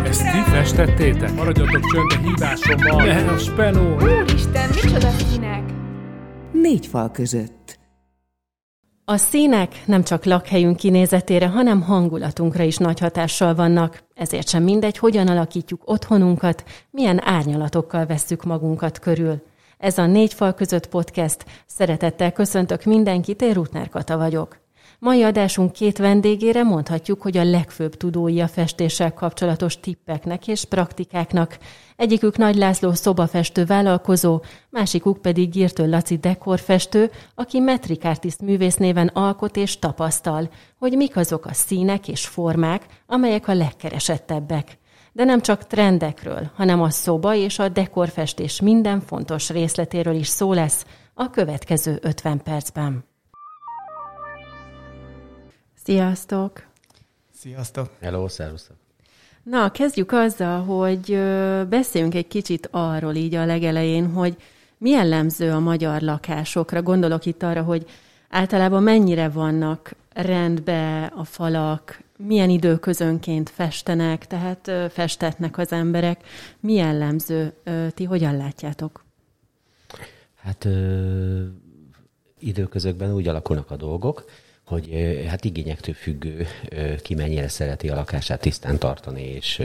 Ezt ti festettétek? Maradjatok csöndbe, hívásommal! Ne, a spenó! Úristen, micsoda színek! 4 fal között. A színek nem csak lakhelyünk kinézetére, hanem hangulatunkra is nagy hatással vannak. Ezért sem mindegy, hogyan alakítjuk otthonunkat, milyen árnyalatokkal vesszük magunkat körül. Ez a 4 fal között podcast. Szeretettel köszöntök mindenkit, én Rutner Kata vagyok. Mai adásunk 2 vendégére mondhatjuk, hogy a legfőbb tudói a festéssel kapcsolatos tippeknek és praktikáknak. Egyikük Nagy László szobafestő vállalkozó, másikuk pedig Girtő Laci dekorfestő, aki metric artist művész néven alkot és tapasztal, hogy mik azok a színek és formák, amelyek a legkeresettebbek. De nem csak trendekről, hanem a szoba és a dekorfestés minden fontos részletéről is szó lesz a következő 50 percben. Sziasztok! Sziasztok! Hello, szervusztok! Na, kezdjük azzal, hogy beszéljünk egy kicsit arról így a legelején, hogy mi jellemző a magyar lakásokra. Gondolok itt arra, hogy általában mennyire vannak rendbe a falak, milyen időközönként festenek, tehát festetnek az emberek. Mi jellemző? Ti hogyan látjátok? Hát időközökben úgy alakulnak a dolgok, hogy hát igényektől függő, ki mennyire szereti a lakását tisztán tartani, és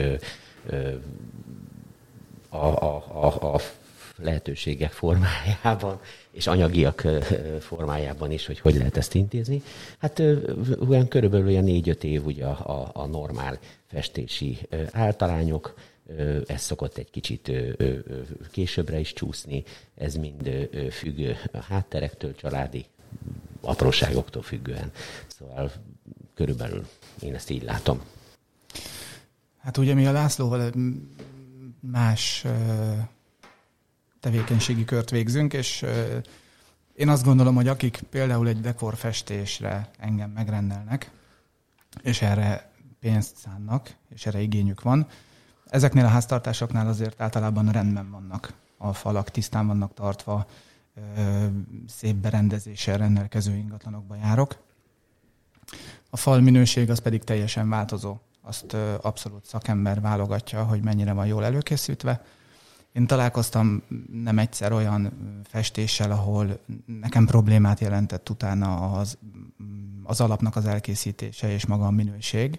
a lehetőségek formájában, és anyagiak formájában is, hogy lehet ezt intézni. Hát olyan körülbelül olyan 4-5 év ugye a normál festési általányok, ez szokott egy kicsit későbbre is csúszni, ez mind függ a hátterektől, családi apróságoktól függően. Szóval körülbelül én ezt így látom. Hát ugye mi a Lászlóval más tevékenységi kört végzünk, és én azt gondolom, hogy akik például egy dekorfestésre engem megrendelnek, és erre pénzt szánnak, és erre igényük van, ezeknél a háztartásoknál azért általában rendben vannak. A falak tisztán vannak tartva, szép berendezéssel rendelkező ingatlanokba járok. A fal minőség az pedig teljesen változó. Azt abszolút szakember válogatja, hogy mennyire van jól előkészítve. Én találkoztam nem egyszer olyan festéssel, ahol nekem problémát jelentett utána az alapnak az elkészítése és maga a minőség.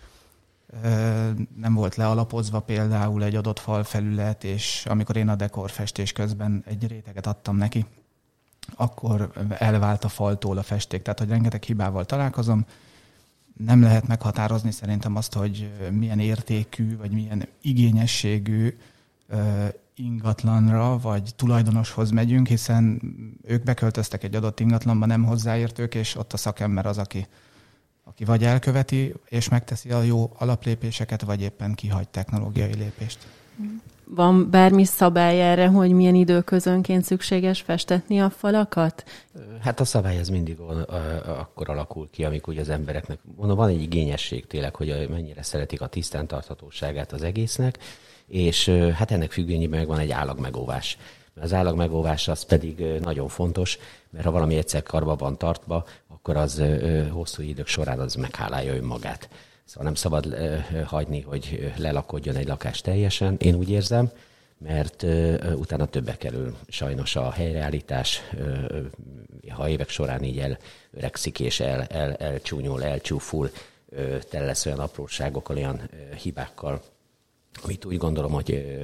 Nem volt lealapozva például egy adott falfelület, és amikor én a dekorfestés közben egy réteget adtam neki, akkor elvált a faltól a festék. Tehát, hogy rengeteg hibával találkozom. Nem lehet meghatározni szerintem azt, hogy milyen értékű, vagy milyen igényességű ingatlanra, vagy tulajdonoshoz megyünk, hiszen ők beköltöztek egy adott ingatlanba, nem hozzáértők, és ott a szakember az, aki vagy elköveti, és megteszi a jó alaplépéseket, vagy éppen kihagy technológiai lépést. Van bármi szabály erre, hogy milyen időközönként szükséges festetni a falakat? Hát a szabály ez mindig akkor alakul ki, amikor ugye az embereknek, mondom, van egy igényesség tényleg, hogy mennyire szeretik a tisztán tarthatóságát az egésznek, és hát ennek függvényében meg van egy állagmegóvás. Az állagmegóvás az pedig nagyon fontos, mert ha valami egyszer karba van tartva, akkor az hosszú idők során az meghálálja önmagát. Szóval nem szabad hagyni, hogy lelakodjon egy lakás teljesen, én úgy érzem, mert utána többe kerül sajnos a helyreállítás, ha évek során így elöregszik és elcsúnyul, elcsúful, tele lesz olyan apróságokkal, olyan hibákkal, amit úgy gondolom, hogy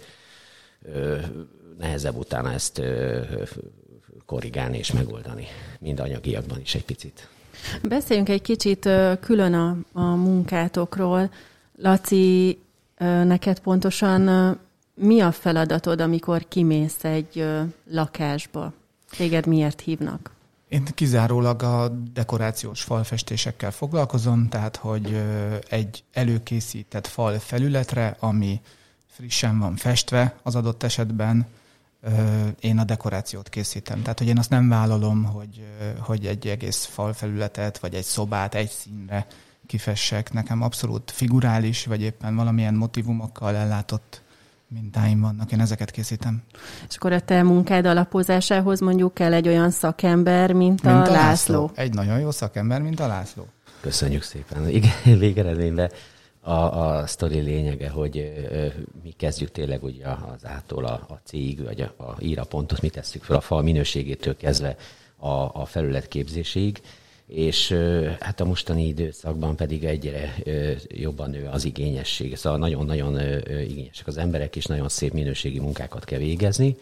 nehezebb utána ezt korrigálni és megoldani, mind anyagiakban is egy picit. Beszéljünk egy kicsit külön a munkátokról. Laci, neked pontosan mi a feladatod, amikor kimész egy lakásba? Téged miért hívnak? Én kizárólag a dekorációs falfestésekkel foglalkozom, tehát hogy egy előkészített fal felületre, ami frissen van festve az adott esetben, én a dekorációt készítem. Tehát, hogy én azt nem vállalom, hogy egy egész falfelületet, vagy egy szobát egy színre kifessek. Nekem abszolút figurális, vagy éppen valamilyen motivumokkal ellátott mintáim vannak. Én ezeket készítem. És akkor a te munkád alapozásához mondjuk kell egy olyan szakember, mint a László. Egy nagyon jó szakember, mint a László. Köszönjük szépen. Igen, végeredményben a sztori lényege, hogy mi kezdjük tényleg ugye az A-tól a C-ig, vagy a I-ra pontot, mi tesszük fel a fal minőségétől kezdve a felület képzéséig, és hát a mostani időszakban pedig egyre jobban nő az igényesség. Szóval nagyon-nagyon igényesek az emberek, és nagyon szép minőségi munkákat kell végezni.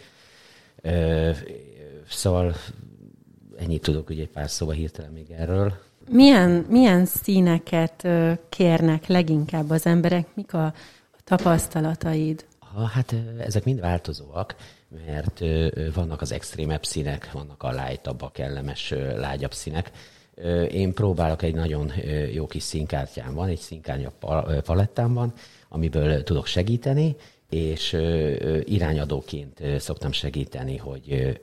Szóval ennyit tudok ugye egy pár szóba hirtelen még erről. Milyen színeket kérnek leginkább az emberek? Mik a tapasztalataid? Hát ezek mind változóak, mert vannak az extrémebb színek, vannak a lightabb, kellemes, lágyabb színek. Én próbálok egy nagyon jó kis színkártyám van, egy színkártya palettám van, amiből tudok segíteni, és irányadóként szoktam segíteni, hogy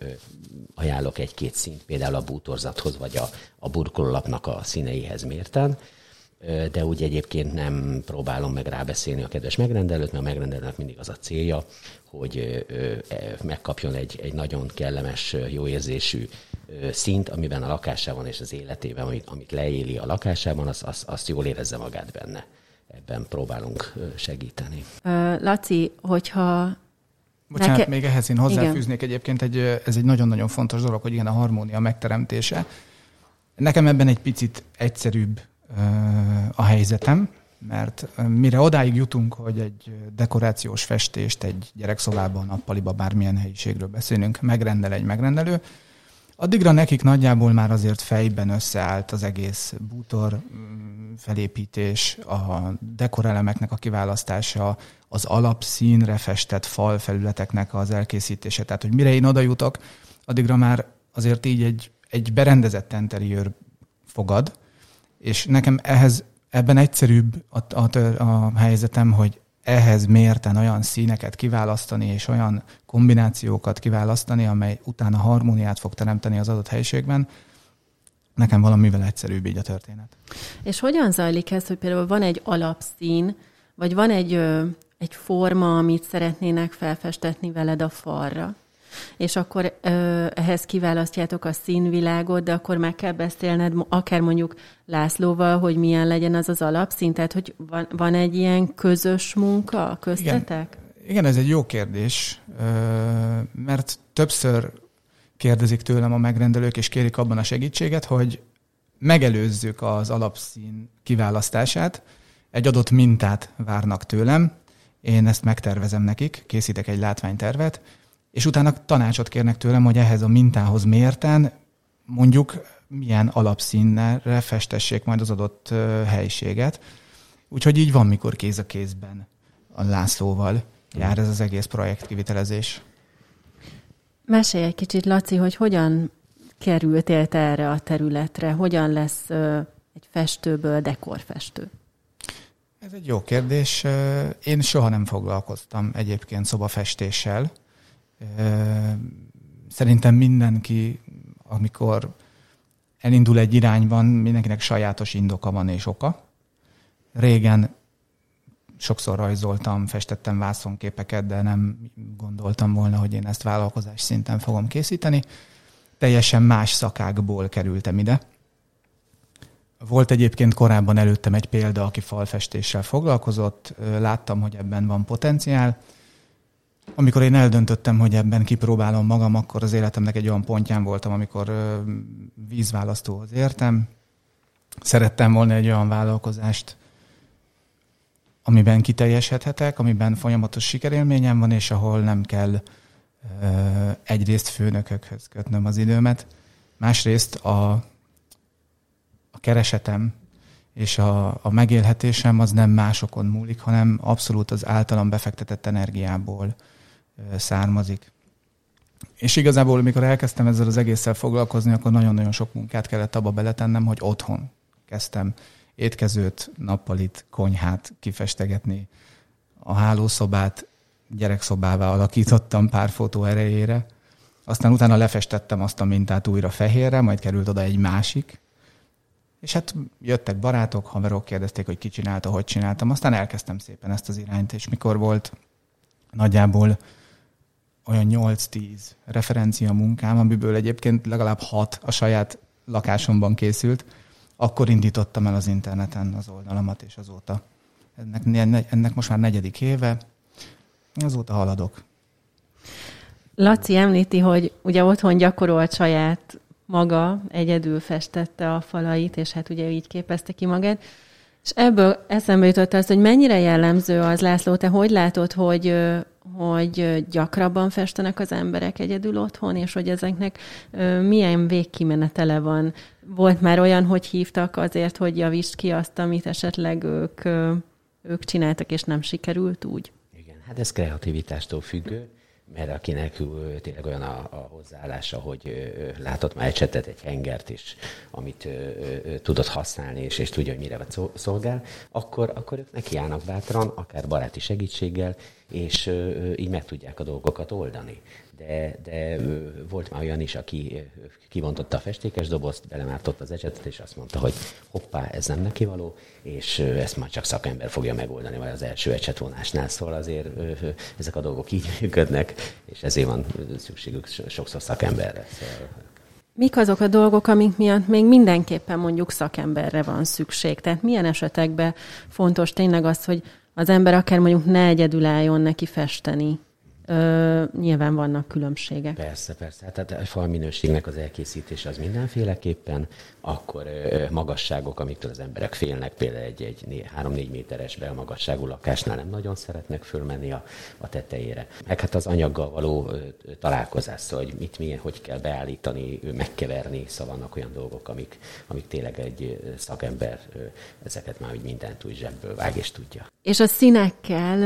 ajánlok egy-két színt, például a bútorzathoz, vagy a burkolólapnak a színeihez mérten, de úgy egyébként nem próbálom meg rábeszélni a kedves megrendelőt, mert a megrendelőnek mindig az a célja, hogy megkapjon egy nagyon kellemes, jó érzésű színt, amiben a lakásában és az életében, amit leéli a lakásában, azt jól érezze magát benne. Ebben próbálunk segíteni. Laci, hogyha... Bocsánat, még ehhez én hozzáfűznék egyébként, ez egy nagyon-nagyon fontos dolog, hogy igen, a harmónia megteremtése. Nekem ebben egy picit egyszerűbb a helyzetem, mert mire odáig jutunk, hogy egy dekorációs festést egy gyerekszobában, nappaliba, bármilyen helyiségről beszélünk, megrendel egy megrendelő, addigra nekik nagyjából már azért fejben összeállt az egész bútor felépítés, a dekorelemeknek a kiválasztása, az alapszínre festett falfelületeknek az elkészítése. Tehát, hogy mire én oda jutok, addigra már azért így egy berendezett interiőr fogad, és nekem ebben egyszerűbb a helyzetem, hogy ehhez mérten olyan színeket kiválasztani, és olyan kombinációkat kiválasztani, amely utána harmóniát fog teremteni az adott helyiségben. Nekem valamivel egyszerűbb így a történet. És hogyan zajlik ez, hogy például van egy alapszín, vagy van egy forma, amit szeretnének felfestetni veled a falra, és akkor ehhez kiválasztjátok a színvilágot, de akkor meg kell beszélned akár mondjuk Lászlóval, hogy milyen legyen az az alapszín, tehát hogy van egy ilyen közös munka köztetek? Igen, ez egy jó kérdés, mert többször kérdezik tőlem a megrendelők, és kérik abban a segítséget, hogy megelőzzük az alapszín kiválasztását, egy adott mintát várnak tőlem, én ezt megtervezem nekik, készítek egy látványtervet, és utána tanácsot kérnek tőlem, hogy ehhez a mintához mérten mondjuk milyen alapszínre festessék majd az adott helyiséget. Úgyhogy így van, mikor kéz a kézben a Lászlóval jár ez az egész projekt kivitelezés. Mesélj egy kicsit, Laci, hogy hogyan kerültél te erre a területre? Hogyan lesz egy festőből dekorfestő? Ez egy jó kérdés. Én soha nem foglalkoztam egyébként szobafestéssel. Szerintem mindenki, amikor elindul egy irányban, mindenkinek sajátos indoka van és oka. Régen sokszor rajzoltam, festettem vászonképeket, de nem gondoltam volna, hogy én ezt vállalkozás szinten fogom készíteni. Teljesen más szakákból kerültem ide. Volt egyébként korábban előttem egy példa, aki falfestéssel foglalkozott, láttam, hogy ebben van potenciál. Amikor én eldöntöttem, hogy ebben kipróbálom magam, akkor az életemnek egy olyan pontján voltam, amikor vízválasztóhoz értem. Szerettem volna egy olyan vállalkozást, amiben kiteljesedhetek, amiben folyamatos sikerélményem van, és ahol nem kell egyrészt főnökökhöz kötnöm az időmet, másrészt a keresetem és a megélhetésem az nem másokon múlik, hanem abszolút az általam befektetett energiából származik. És igazából, amikor elkezdtem ezzel az egésszel foglalkozni, akkor nagyon-nagyon sok munkát kellett abba beletennem, hogy otthon kezdtem étkezőt, nappalit, konyhát kifestegetni. A hálószobát gyerekszobává alakítottam pár fotó erejére. Aztán utána lefestettem azt a mintát újra fehérre, majd került oda egy másik. És hát jöttek barátok, haverok, kérdezték, hogy ki csinálta, hogy csináltam. Aztán elkezdtem szépen ezt az irányt, és mikor volt nagyjából olyan 8-10 referencia munkám, amiből egyébként legalább 6 a saját lakásomban készült, akkor indítottam el az interneten az oldalamat, és azóta ennek most már 4. éve, azóta haladok. Laci említi, hogy ugye otthon gyakorolt saját maga, egyedül festette a falait, és hát ugye így képezte ki magát. És ebből eszembe jutott az, hogy mennyire jellemző az, László, te hogy látod, hogy gyakrabban festenek az emberek egyedül otthon, és hogy ezeknek milyen végkimenetele van? Volt már olyan, hogy hívtak azért, hogy javítsd ki azt, amit esetleg ők csináltak, és nem sikerült úgy? Igen, hát ez kreativitástól függő, mert akinek tényleg olyan a hozzáállása, hogy látott már egy csetet, egy hengert is, amit tudott használni, és tudja, hogy mire szolgál, akkor ők nekiállnak bátran, akár baráti segítséggel, és így meg tudják a dolgokat oldani. De volt már olyan is, aki kivontotta a festékes dobozt, belemártott az ecsetet, és azt mondta, hogy hoppá, ez nem nekivaló, és ezt már csak szakember fogja megoldani, vagy az első ecsetvonásnál. Szóval azért ezek a dolgok így működnek, és ezért van szükségük sokszor szakemberre. Szóval... Mik azok a dolgok, amik miatt még mindenképpen mondjuk szakemberre van szükség? Tehát milyen esetekben fontos tényleg az, hogy az ember akár mondjuk ne egyedül álljon neki festeni? Nyilván vannak különbségek. Persze. Hát a falminőségnek az elkészítése az mindenféleképpen, akkor magasságok, amiktől az emberek félnek, például egy 3-4 méteres belmagasságú lakásnál nem nagyon szeretnek fölmenni a tetejére. Meg hát az anyaggal való találkozás, szóval, hogy milyen, hogy kell beállítani, megkeverni, szóval vannak olyan dolgok, amik tényleg egy szakember ezeket már úgy mindent úgy zsebből vág és tudja. És a színekkel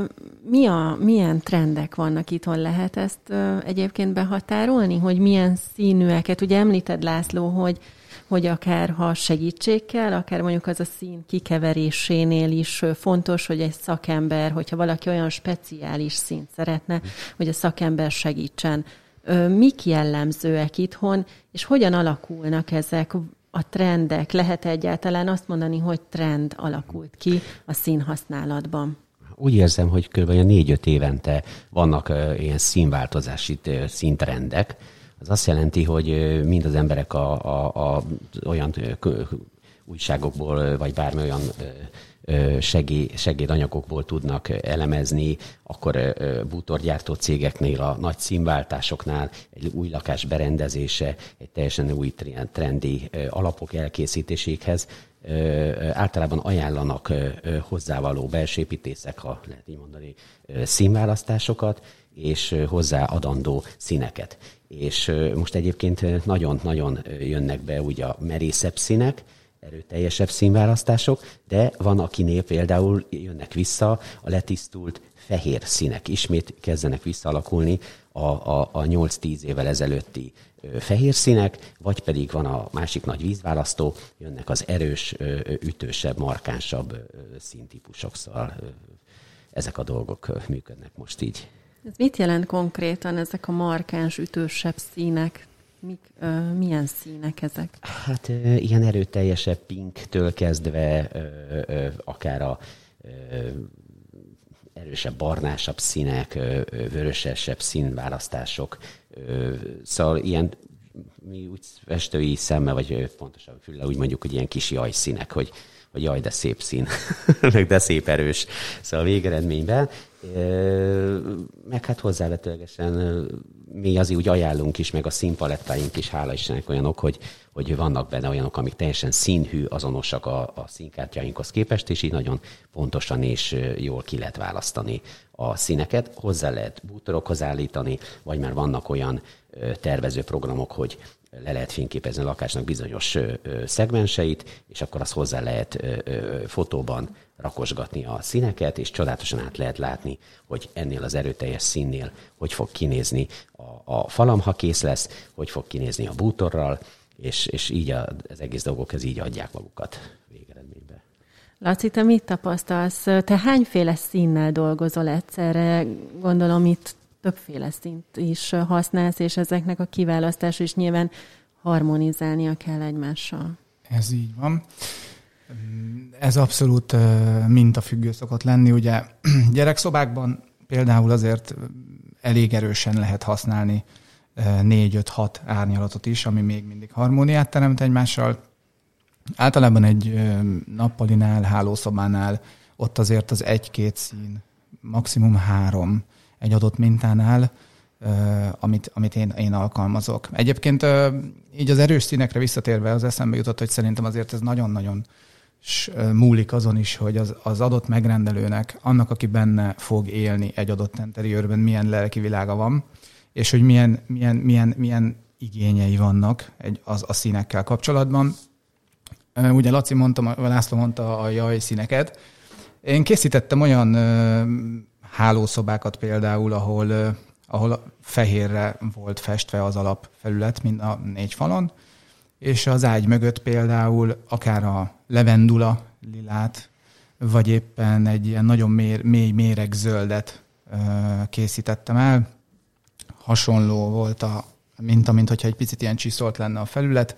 milyen trendek vannak itthon? Lehet ezt egyébként behatárolni, hogy milyen színűeket? Ugye említed, László, hogy akár ha segítség kell, akár mondjuk az a szín kikeverésénél is fontos, hogy egy szakember, hogyha valaki olyan speciális színt szeretne, hogy a szakember segítsen. Mik jellemzőek itthon, és hogyan alakulnak ezek a trendek? Lehet egyáltalán azt mondani, hogy trend alakult ki a színhasználatban? Úgy érzem, hogy kb. 4-5 évente vannak ilyen színváltozási színtrendek. Az azt jelenti, hogy mind az emberek olyan újságokból, vagy bármi olyan segédanyagokból tudnak elemezni, akkor bútorgyártó cégeknél, a nagy színváltásoknál egy új lakás berendezése, egy teljesen új trendi alapok elkészítéséhez általában ajánlanak hozzávaló belsőépítészek, ha lehet így mondani, színválasztásokat, és hozzáadandó színeket. És most egyébként nagyon-nagyon jönnek be ugye a merészebb színek, erőteljesebb színválasztások, de van, akinél például jönnek vissza a letisztult fehér színek. Ismét kezdenek visszaalakulni a 8-10 évvel ezelőtti fehér színek, vagy pedig van a másik nagy vízválasztó, jönnek az erős, ütősebb, markánsabb színtípusok, szóval ezek a dolgok működnek most így. Ez mit jelent konkrétan ezek a markáns, ütősebb színek? Milyen színek ezek? Hát ilyen erőteljesebb pinktől kezdve akár a erősebb, barnásabb színek, vörösesebb színválasztások. Szóval ilyen mi úgy festői szemmel, vagy pontosan fülle úgy mondjuk, hogy ilyen kis jajszínek, hogy jaj, de szép szín, meg de szép erős. Szóval a végeredményben, meg hát hozzávetőlegesen mi azért úgy ajánlunk is, meg a színpalettáink is, hála Istennek olyanok, hogy vannak benne olyanok, amik teljesen színhű, azonosak a színkártyáinkhoz képest, és így nagyon pontosan és jól ki lehet választani a színeket. Hozzá lehet bútorokhoz állítani, vagy már vannak olyan tervező programok, hogy le lehet fényképezni a lakásnak bizonyos szegmenseit, és akkor azt hozzá lehet fotóban rakosgatni a színeket, és csodálatosan át lehet látni, hogy ennél az erőteljes színnél hogy fog kinézni a falam, ha kész lesz, hogy fog kinézni a bútorral, és így az egész dolgok ez így adják magukat végeredményben. Laci, te mit tapasztalsz? Te hányféle színnel dolgozol egyszerre? Gondolom itt többféle színt is használsz, és ezeknek a kiválasztása is nyilván harmonizálnia kell egymással. Ez így van. Ez abszolút mintafüggő szokott lenni. Ugye gyerekszobákban például azért elég erősen lehet használni 4-5-6 árnyalatot is, ami még mindig harmóniát teremt egymással. Általában egy nappalinál, hálószobánál ott azért az 1-2 szín, maximum 3 egy adott mintánál, amit én alkalmazok. Egyébként így az erős színekre visszatérve az eszembe jutott, hogy szerintem azért ez nagyon-nagyon múlik azon is, hogy az adott megrendelőnek, annak, aki benne fog élni egy adott interiőrben, milyen lelki világa van, és hogy milyen igényei vannak a színekkel kapcsolatban. Ugye László mondta a jaj színeket. Én készítettem olyan hálószobákat például, ahol fehérre volt festve az alapfelület, mind a 4 falon, és az ágy mögött például akár a levendula lilát, vagy éppen egy ilyen nagyon mély méregzöldet készítettem el. Hasonló volt mint hogyha egy picit ilyen csiszolt lenne a felület.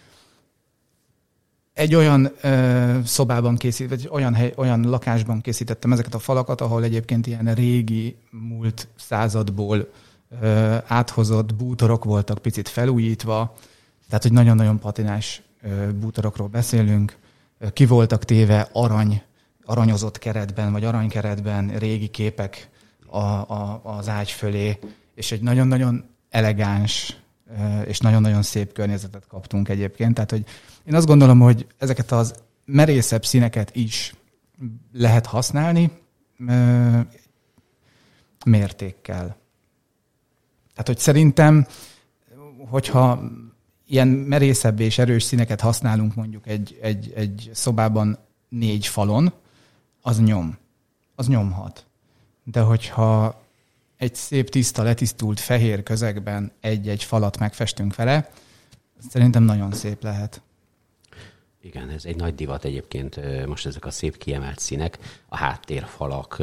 Egy olyan szobában vagy olyan lakásban készítettem ezeket a falakat, ahol egyébként ilyen régi, múlt századból áthozott bútorok voltak, picit felújítva, tehát hogy nagyon-nagyon patinás bútorokról beszélünk. Ki voltak téve aranyozott keretben, vagy aranykeretben régi képek az ágy fölé, és egy nagyon-nagyon elegáns és nagyon-nagyon szép környezetet kaptunk egyébként. Tehát, hogy én azt gondolom, hogy ezeket az merészebb színeket is lehet használni mértékkel. Tehát, hogy szerintem, hogyha ilyen merészebb és erős színeket használunk mondjuk egy szobában 4 falon, az nyomhat. De hogyha egy szép, tiszta, letisztult, fehér közegben egy-egy falat megfestünk vele, szerintem nagyon szép lehet. Igen, ez egy nagy divat egyébként, most ezek a szép kiemelt színek, a háttérfalak,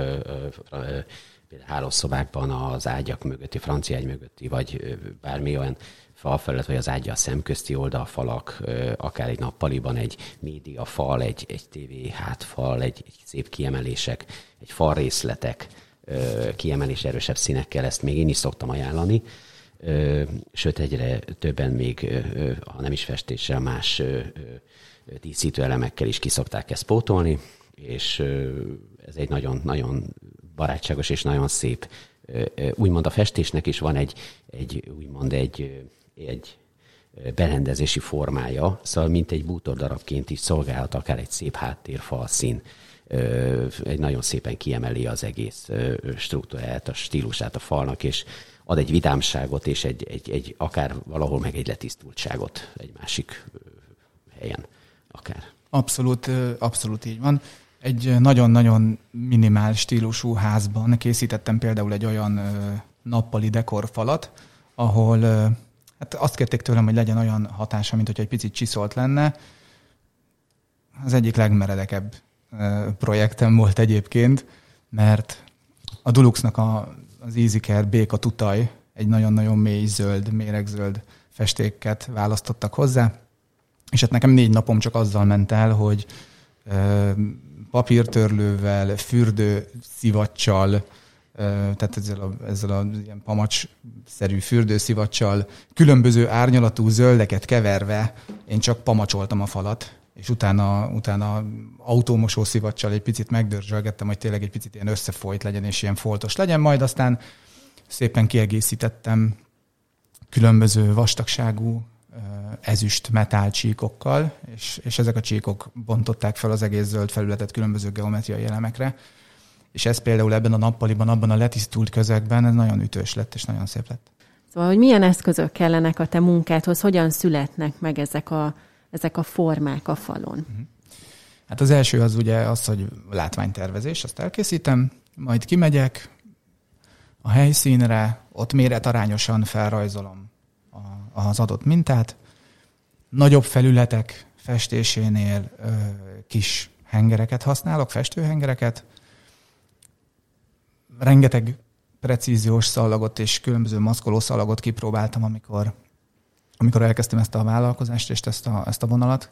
például hálószobákban az ágyak mögötti, francia ágy mögötti, vagy bármi olyan falfelület, vagy az ágya a szemközti oldalfalak, akár egy nappaliban egy média fal, egy TV hátfal, egy szép kiemelések, egy falrészletek, kiemelés erősebb színekkel, ezt még én is szoktam ajánlani. Sőt, egyre többen még, ha nem is festéssel, más díszítő elemekkel is kiszokták ezt pótolni, és ez egy nagyon-nagyon barátságos és nagyon szép, úgymond a festésnek is van egy berendezési formája, szóval mint egy bútordarabként is szolgálhat akár egy szép háttérfal szín. Egy nagyon szépen kiemeli az egész struktúráját, a stílusát a falnak, és ad egy vidámságot, és egy akár valahol meg egy letisztultságot egy másik helyen akár. Abszolút így van. Egy nagyon-nagyon minimál stílusú házban készítettem például egy olyan nappali dekorfalat, ahol hát azt kérték tőlem, hogy legyen olyan hatása, mint hogy egy picit csiszolt lenne. Az egyik legmeredekebb projektem volt egyébként, mert a Duluxnak az EasyCare béka tutaj egy nagyon-nagyon mély zöld, méregzöld festéket választottak hozzá, és hát nekem 4 napom csak azzal ment el, hogy papírtörlővel, fürdőszivacsal, tehát ezzel a ilyen pamacs-szerű fürdőszivacsal, különböző árnyalatú zöldeket keverve én csak pamacsoltam a falat, és utána autómosó szivacsal egy picit megdörzsölgettem, hogy tényleg egy picit ilyen összefolyt legyen, és ilyen foltos legyen, majd aztán szépen kiegészítettem különböző vastagságú ezüst metál csíkokkal, és ezek a csíkok bontották fel az egész zöld felületet különböző geometriai elemekre, és ez például ebben a nappaliban, abban a letisztult közegben ez nagyon ütős lett, és nagyon szép lett. Szóval, hogy milyen eszközök kellenek a te munkádhoz, hogyan születnek meg ezek a formák a falon? Hát az első az ugye az, hogy látványtervezés, azt elkészítem, majd kimegyek a helyszínre, ott méretarányosan felrajzolom az adott mintát. Nagyobb felületek festésénél kis hengereket használok, festőhengereket. Rengeteg precíziós szallagot és különböző maszkoló szallagot kipróbáltam, amikor elkezdtem ezt a vállalkozást és ezt a vonalat.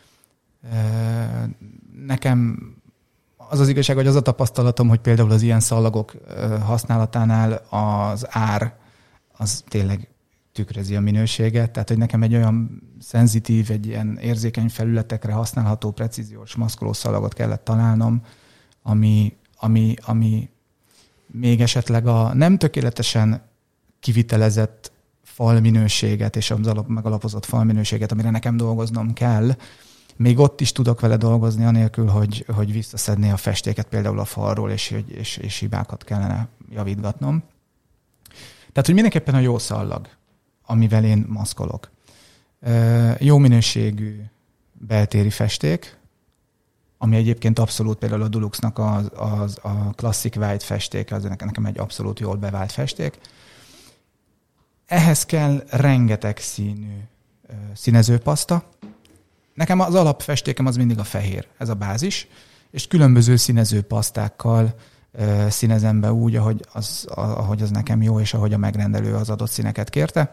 Nekem az az igazság, hogy az a tapasztalatom, hogy például az ilyen szallagok használatánál az ár az tényleg tükrözi a minőséget, tehát hogy nekem egy olyan szenzitív, egy ilyen érzékeny felületekre használható precíziós maszkoló szallagot kellett találnom, ami még esetleg a nem tökéletesen kivitelezett falminőséget és az megalapozott falminőséget, amire nekem dolgoznom kell, még ott is tudok vele dolgozni, anélkül, hogy visszaszedné a festéket például a falról, és hibákat kellene javítgatnom. Tehát, hogy mindenképpen a jó szallag, amivel én maszkolok. Jó minőségű beltéri festék, ami egyébként abszolút például a Duluxnak a Classic White festék, az nekem egy abszolút jól bevált festék. Ehhez kell rengeteg színű színezőpaszta. Nekem az alapfestékem az mindig a fehér, ez a bázis, és különböző színezőpasztákkal színezem be úgy, ahogy az nekem jó, és ahogy a megrendelő az adott színeket kérte.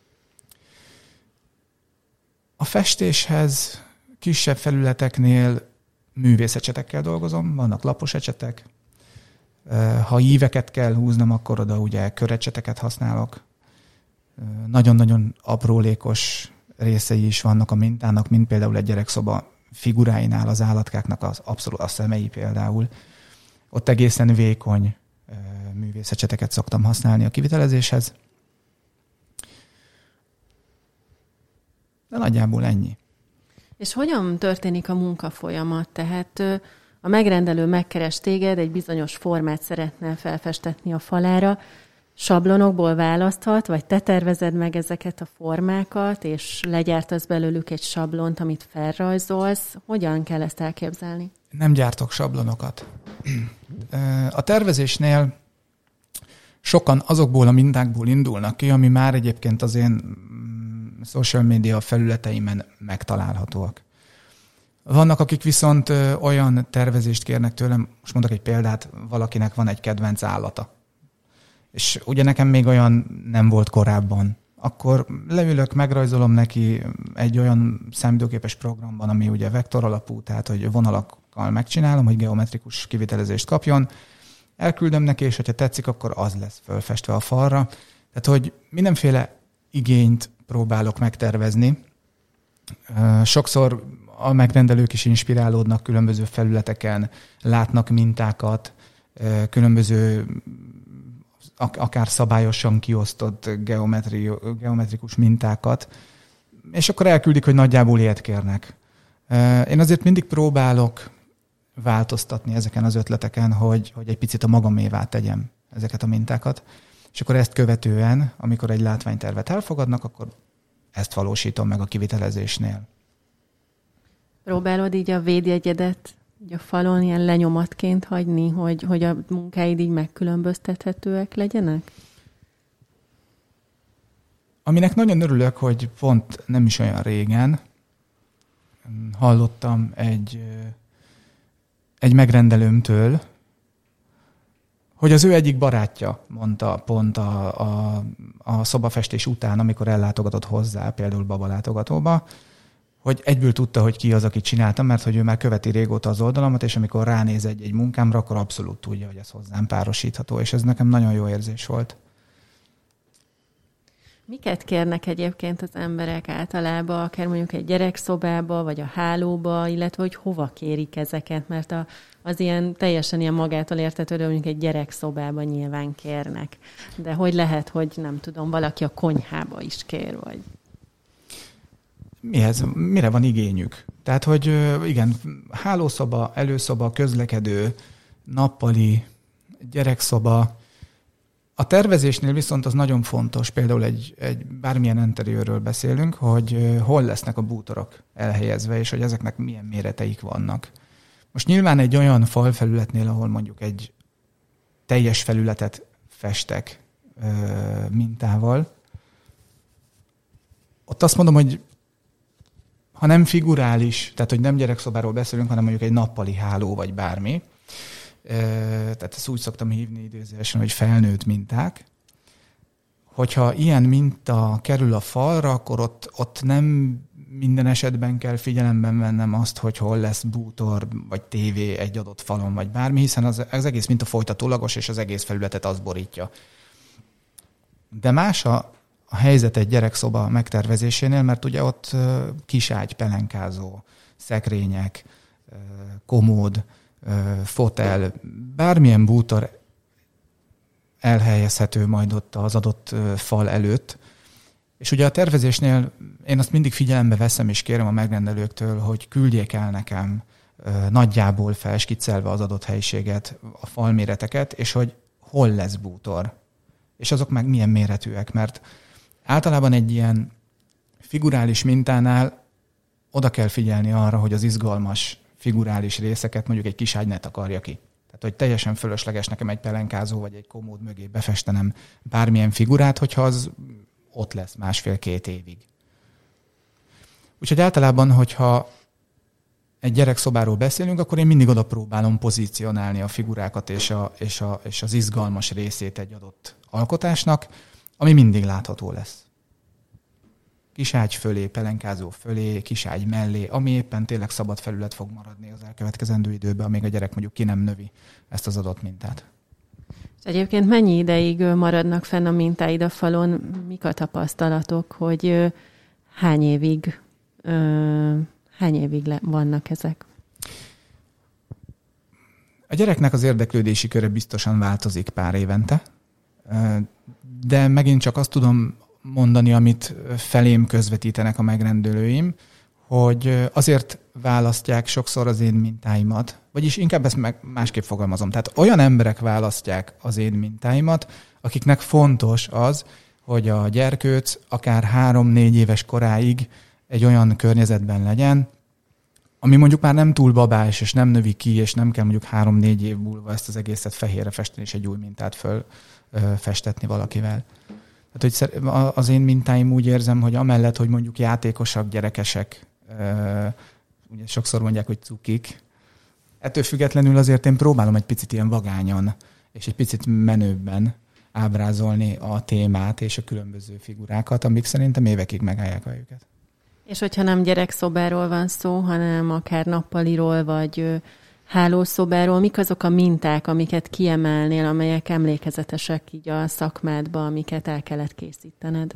A festéshez kisebb felületeknél művészecsetekkel dolgozom, vannak lapos ecsetek. Ha íveket kell húznom, akkor oda ugye körecseteket használok. Nagyon-nagyon aprólékos részei is vannak a mintának, mint például egy gyerekszoba figuráinál az állatkáknak abszolút a szemei például. Ott egészen vékony művészecseteket szoktam használni a kivitelezéshez. De nagyjából ennyi. És hogyan történik a munkafolyamat? Tehát a megrendelő megkeres téged, egy bizonyos formát szeretne felfestetni a falára, sablonokból választhat, vagy te tervezed meg ezeket a formákat, és legyártasz belőlük egy sablont, amit felrajzolsz. Hogyan kell ezt elképzelni? Nem gyártok sablonokat. A tervezésnél sokan azokból a mintákból indulnak ki, ami már egyébként az én social media felületeimen megtalálhatóak. Vannak, akik viszont olyan tervezést kérnek tőlem, most mondok egy példát, valakinek van egy kedvenc állata. És ugye nekem még olyan nem volt korábban. Akkor leülök, megrajzolom neki egy olyan számítógépes programban, ami ugye vektor alapú, tehát hogy vonalakkal megcsinálom, hogy geometrikus kivitelezést kapjon. Elküldöm neki, és hogyha tetszik, akkor az lesz fölfestve a falra. Tehát, hogy mindenféle igényt próbálok megtervezni. Sokszor a megrendelők is inspirálódnak különböző felületeken, látnak mintákat, különböző akár szabályosan kiosztott geometrikus mintákat, és akkor elküldik, hogy nagyjából ilyet kérnek. Én azért mindig próbálok változtatni ezeken az ötleteken, hogy egy picit a magamévá tegyem ezeket a mintákat, és akkor ezt követően, amikor egy látványtervet elfogadnak, akkor ezt valósítom meg a kivitelezésnél. Próbálod így a védjegyedet a falon ilyen lenyomatként hagyni, hogy a munkáid így megkülönböztethetőek legyenek? Aminek nagyon örülök, hogy pont nem is olyan régen hallottam egy megrendelőmtől, hogy az ő egyik barátja mondta pont a szobafestés után, amikor ellátogatott hozzá, például babalátogatóba, hogy egyből tudta, hogy ki az, aki csinálta, mert hogy ő már követi régóta az oldalamat, és amikor ránéz egy munkámra, akkor abszolút tudja, hogy ez hozzám párosítható, és ez nekem nagyon jó érzés volt. Miket kérnek egyébként az emberek általában, akár mondjuk egy gyerekszobába, vagy a hálóba, illetve hogy hova kérik ezeket, mert az ilyen teljesen ilyen magától értetődő, mondjuk egy gyerekszobába nyilván kérnek. De hogy lehet, hogy nem tudom, valaki a konyhába is kér, vagy... Mire van igényük? Tehát, hogy igen, hálószoba, előszoba, közlekedő, nappali, gyerekszoba. A tervezésnél viszont az nagyon fontos, például egy bármilyen interiőrről beszélünk, hogy hol lesznek a bútorok elhelyezve, és hogy ezeknek milyen méreteik vannak. Most nyilván egy olyan falfelületnél, ahol mondjuk egy teljes felületet festek mintával, ott azt mondom, hogy ha nem figurális, tehát hogy nem gyerekszobáról beszélünk, hanem mondjuk egy nappali háló, vagy bármi, tehát ezt úgy szoktam hívni idézőesen, hogy felnőtt minták, hogyha ilyen minta kerül a falra, akkor ott nem minden esetben kell figyelemben vennem azt, hogy hol lesz bútor, vagy tévé egy adott falon, vagy bármi, hiszen az egész minta folytatólagos, és az egész felületet az borítja. De más a helyzet egy gyerekszoba megtervezésénél, mert ugye ott kiságy, pelenkázó, szekrények, komód, fotel, bármilyen bútor elhelyezhető majd ott az adott fal előtt. És ugye a tervezésnél én azt mindig figyelembe veszem, és kérem a megrendelőktől, hogy küldjék el nekem nagyjából felskiccelve az adott helyiséget, a falméreteket, és hogy hol lesz bútor. És azok meg milyen méretűek, mert általában egy ilyen figurális mintánál oda kell figyelni arra, hogy az izgalmas figurális részeket mondjuk egy kis ágy ne takarja ki. Tehát, hogy teljesen fölösleges nekem egy pelenkázó vagy egy komód mögé befestenem bármilyen figurát, hogyha az ott lesz 1,5-2 évig. Úgyhogy általában, hogyha egy gyerekszobáról beszélünk, akkor én mindig oda próbálom pozícionálni a figurákat és az izgalmas részét egy adott alkotásnak, ami mindig látható lesz. Kiságy fölé, pelenkázó fölé, kiságy mellé, ami éppen tényleg szabad felület fog maradni az elkövetkezendő időben, amíg a gyerek mondjuk ki nem növi ezt az adott mintát. És egyébként mennyi ideig maradnak fenn a mintáid a falon? Mik a tapasztalatok, hogy hány évig vannak ezek? A gyereknek az érdeklődési köre biztosan változik pár évente, de megint csak azt tudom mondani, amit felém közvetítenek a megrendelőim, hogy azért választják sokszor az én mintáimat, vagyis inkább ezt másképp fogalmazom. Tehát olyan emberek választják az én mintáimat, akiknek fontos az, hogy a gyerkőc akár 3-4 éves koráig egy olyan környezetben legyen, ami mondjuk már nem túl babás, és nem növi ki, és nem kell mondjuk 3-4 év múlva ezt az egészet fehérre festeni, és egy új mintát fölfestetni valakivel. Tehát, hogy az én mintáim úgy érzem, hogy amellett, hogy mondjuk játékosak, gyerekesek, ugye sokszor mondják, hogy cukik, ettől függetlenül azért én próbálom egy picit ilyen vagányan, és egy picit menőbben ábrázolni a témát és a különböző figurákat, amik szerintem évekig megállják a helyüket. És hogyha nem gyerekszobáról van szó, hanem akár nappaliról, vagy hálószobáról, mik azok a minták, amiket kiemelnél, amelyek emlékezetesek így a szakmádba, amiket el kellett készítened?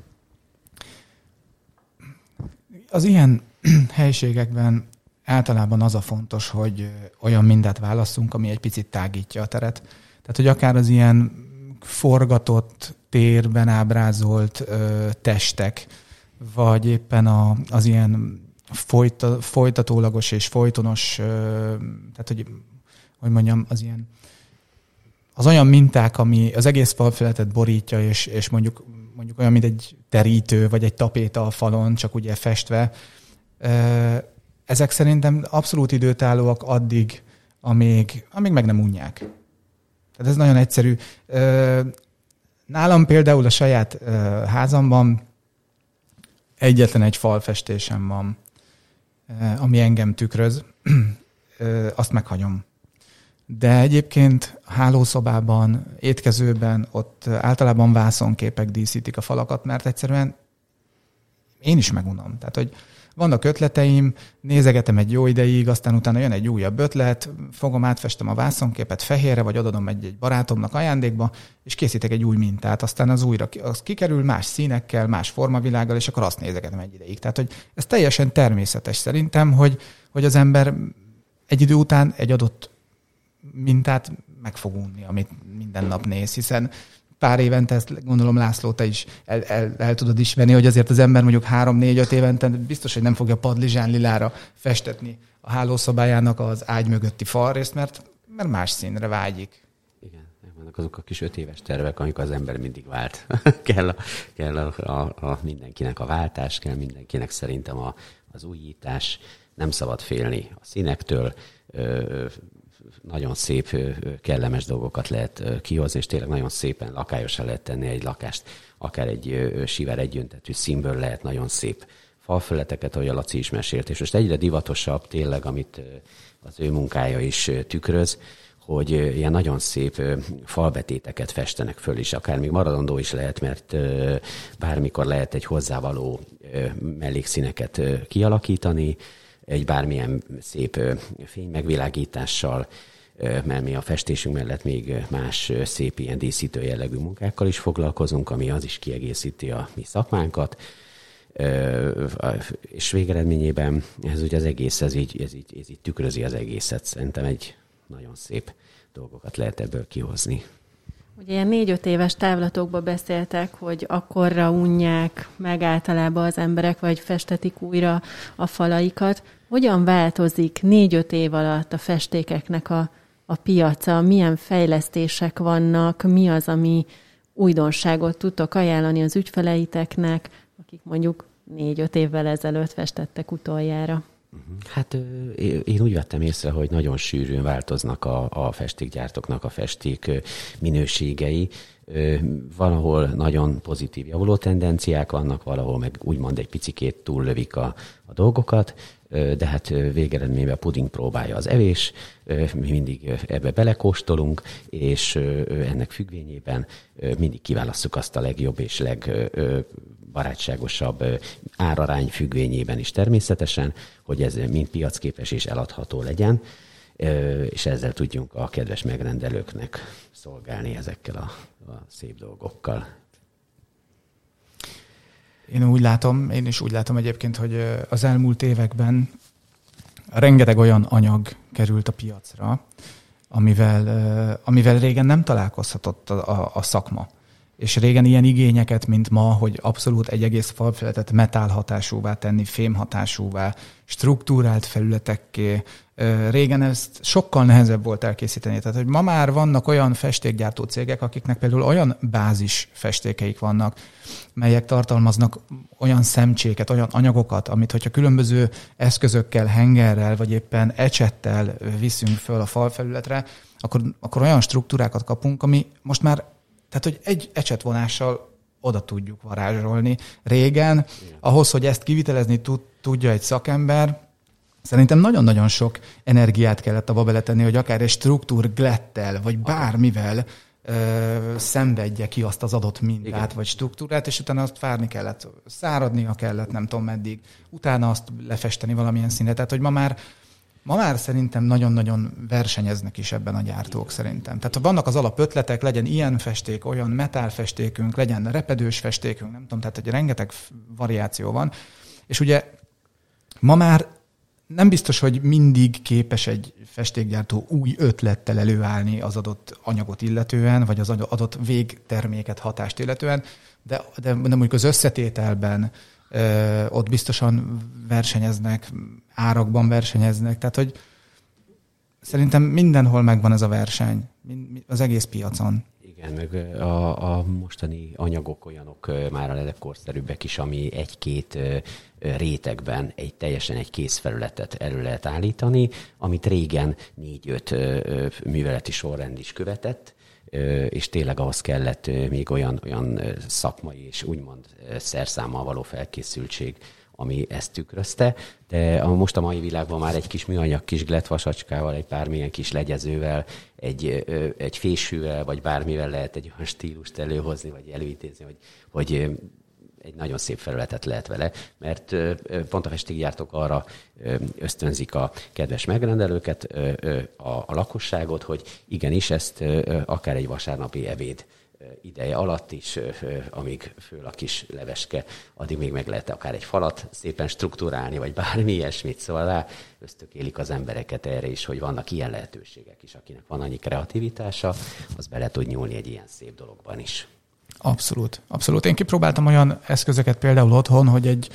Az ilyen helyiségekben általában az a fontos, hogy olyan mintát válasszunk, ami egy picit tágítja a teret. Tehát, hogy akár az ilyen forgatott térben ábrázolt testek, vagy éppen az ilyen folytatólagos és folytonos, tehát hogy mondjam, az olyan minták, ami az egész falfeletet borítja, és mondjuk olyan, mint egy terítő, vagy egy tapéta a falon, csak ugye festve. Ezek szerintem abszolút időtállóak addig, amíg meg nem unják. Tehát ez nagyon egyszerű. Nálam például a saját házamban egyetlen egy falfestésem van, ami engem tükröz, azt meghagyom. De egyébként hálószobában, étkezőben ott általában vászonképek díszítik a falakat, mert egyszerűen én is megunom. Tehát, hogy vannak ötleteim, nézegetem egy jó ideig, aztán utána jön egy újabb ötlet, fogom, átfestem a vászonképet fehérre, vagy odadom egy barátomnak ajándékba, és készítek egy új mintát, aztán az kikerül más színekkel, más formavilággal, és akkor azt nézegetem egy ideig. Tehát, hogy ez teljesen természetes szerintem, hogy az ember egy idő után egy adott mintát meg fog unni, amit minden nap néz, hiszen pár évente, ezt gondolom László, te is el tudod ismerni, hogy azért az ember mondjuk 3-4-5 évente biztos, hogy nem fogja padlizsán lilára festetni a hálószobájának az ágy mögötti falrészt, mert más színre vágyik. Igen, vannak azok a kis 5 éves tervek, amikor az ember mindig vált. kell a mindenkinek a váltás, kell mindenkinek szerintem az újítás, nem szabad félni a színektől, nagyon szép, kellemes dolgokat lehet kihozni, és tényleg nagyon szépen lakályosan lehet tenni egy lakást. Akár egy siver egyöntetű színből lehet nagyon szép falföleteket, ahogy a Laci is mesélt. És most egyre divatosabb tényleg, amit az ő munkája is tükröz, hogy ilyen nagyon szép falbetéteket festenek föl is, akár még maradandó is lehet, mert bármikor lehet egy hozzávaló mellékszíneket kialakítani, egy bármilyen szép fénymegvilágítással, mert mi a festésünk mellett még más szép ilyen díszítő jellegű munkákkal is foglalkozunk, ami az is kiegészíti a mi szakmánkat, és végeredményében ez ugye az egész, ez így tükrözi az egészet. Szerintem egy nagyon szép dolgokat lehet ebből kihozni. Ugye ilyen 4-5 éves távlatokban beszéltek, hogy akkorra unják meg általában az emberek, vagy festetik újra a falaikat. Hogyan változik 4-5 év alatt a festékeknek a piaca? Milyen fejlesztések vannak? Mi az, ami újdonságot tudtok ajánlani az ügyfeleiteknek, akik mondjuk 4-5 évvel ezelőtt festettek utoljára? Hát én úgy vettem észre, hogy nagyon sűrűn változnak a festékgyártóknak a festék minőségei. Valahol nagyon pozitív javuló tendenciák vannak, valahol meg úgymond egy picikét túllövik a dolgokat, de hát végeredményben puding próbálja az evés, mi mindig ebbe belekóstolunk, és ennek függvényében mindig kiválasszuk azt a legjobb és legbarátságosabb árarány függvényében is természetesen, hogy ez mind piacképes és eladható legyen, és ezzel tudjunk a kedves megrendelőknek szolgálni ezekkel a szép dolgokkal. Én is úgy látom egyébként, hogy az elmúlt években rengeteg olyan anyag került a piacra, amivel régen nem találkozhatott a szakma. És régen ilyen igényeket, mint ma, hogy abszolút egy egész falfelületet metál hatásúvá tenni, fém hatásúvá, struktúrált felületekké. Régen ezt sokkal nehezebb volt elkészíteni. Tehát, hogy ma már vannak olyan festékgyártó cégek, akiknek például olyan bázis festékeik vannak, melyek tartalmaznak olyan szemcséket, olyan anyagokat, amit hogyha különböző eszközökkel, hengerrel, vagy éppen ecsettel viszünk föl a falfelületre, akkor olyan struktúrákat kapunk, ami most már, tehát, hogy egy ecsetvonással oda tudjuk varázsolni. Régen, ahhoz, hogy ezt kivitelezni tudja egy szakember, szerintem nagyon-nagyon sok energiát kellett abba beletenni, hogy akár egy struktúrglettel, vagy bármivel szenvedje ki azt az adott mintát, igen, vagy struktúrát, és utána azt várni kellett, száradnia kellett, nem tudom meddig, utána azt lefesteni valamilyen színre. Tehát, hogy ma már szerintem nagyon-nagyon versenyeznek is ebben a gyártók szerintem. Tehát vannak az alapötletek, legyen ilyen festék, olyan metálfestékünk, legyen repedős festékünk, nem tudom, tehát egy rengeteg variáció van. És ugye ma már nem biztos, hogy mindig képes egy festékgyártó új ötlettel előállni az adott anyagot illetően, vagy az adott végterméket, hatást illetően, de mondjuk az összetételben ott biztosan versenyeznek, árakban versenyeznek, tehát hogy szerintem mindenhol megvan ez a verseny, az egész piacon. Igen, meg a mostani anyagok olyanok már a legkorszerűbbek is, ami 1-2 rétegben teljesen egy készfelületet elő lehet állítani, amit régen 4-5 műveleti sorrend is követett, és tényleg ahhoz kellett még olyan szakmai és úgymond szerszámmal való felkészültség, ami ezt tükrözte, de most a mai világban már egy kis műanyag kis glettvasacskával, egy bármilyen kis legyezővel, egy fésűvel, vagy bármivel lehet egy olyan stílust előhozni, vagy előidézni, hogy egy nagyon szép felületet lehet vele, mert pont a festékgyártók arra ösztönzik a kedves megrendelőket, a lakosságot, hogy igenis ezt akár egy vasárnapi ebéd ideje alatt is, amíg föl a kis leveske, addig még meg lehet akár egy falat szépen struktúrálni, vagy bármi ilyesmit, szóval rá ösztökélik az embereket erre is, hogy vannak ilyen lehetőségek is, akinek van annyi kreativitása, az bele tud nyúlni egy ilyen szép dologban is. Abszolút, abszolút. Én kipróbáltam olyan eszközöket például otthon, hogy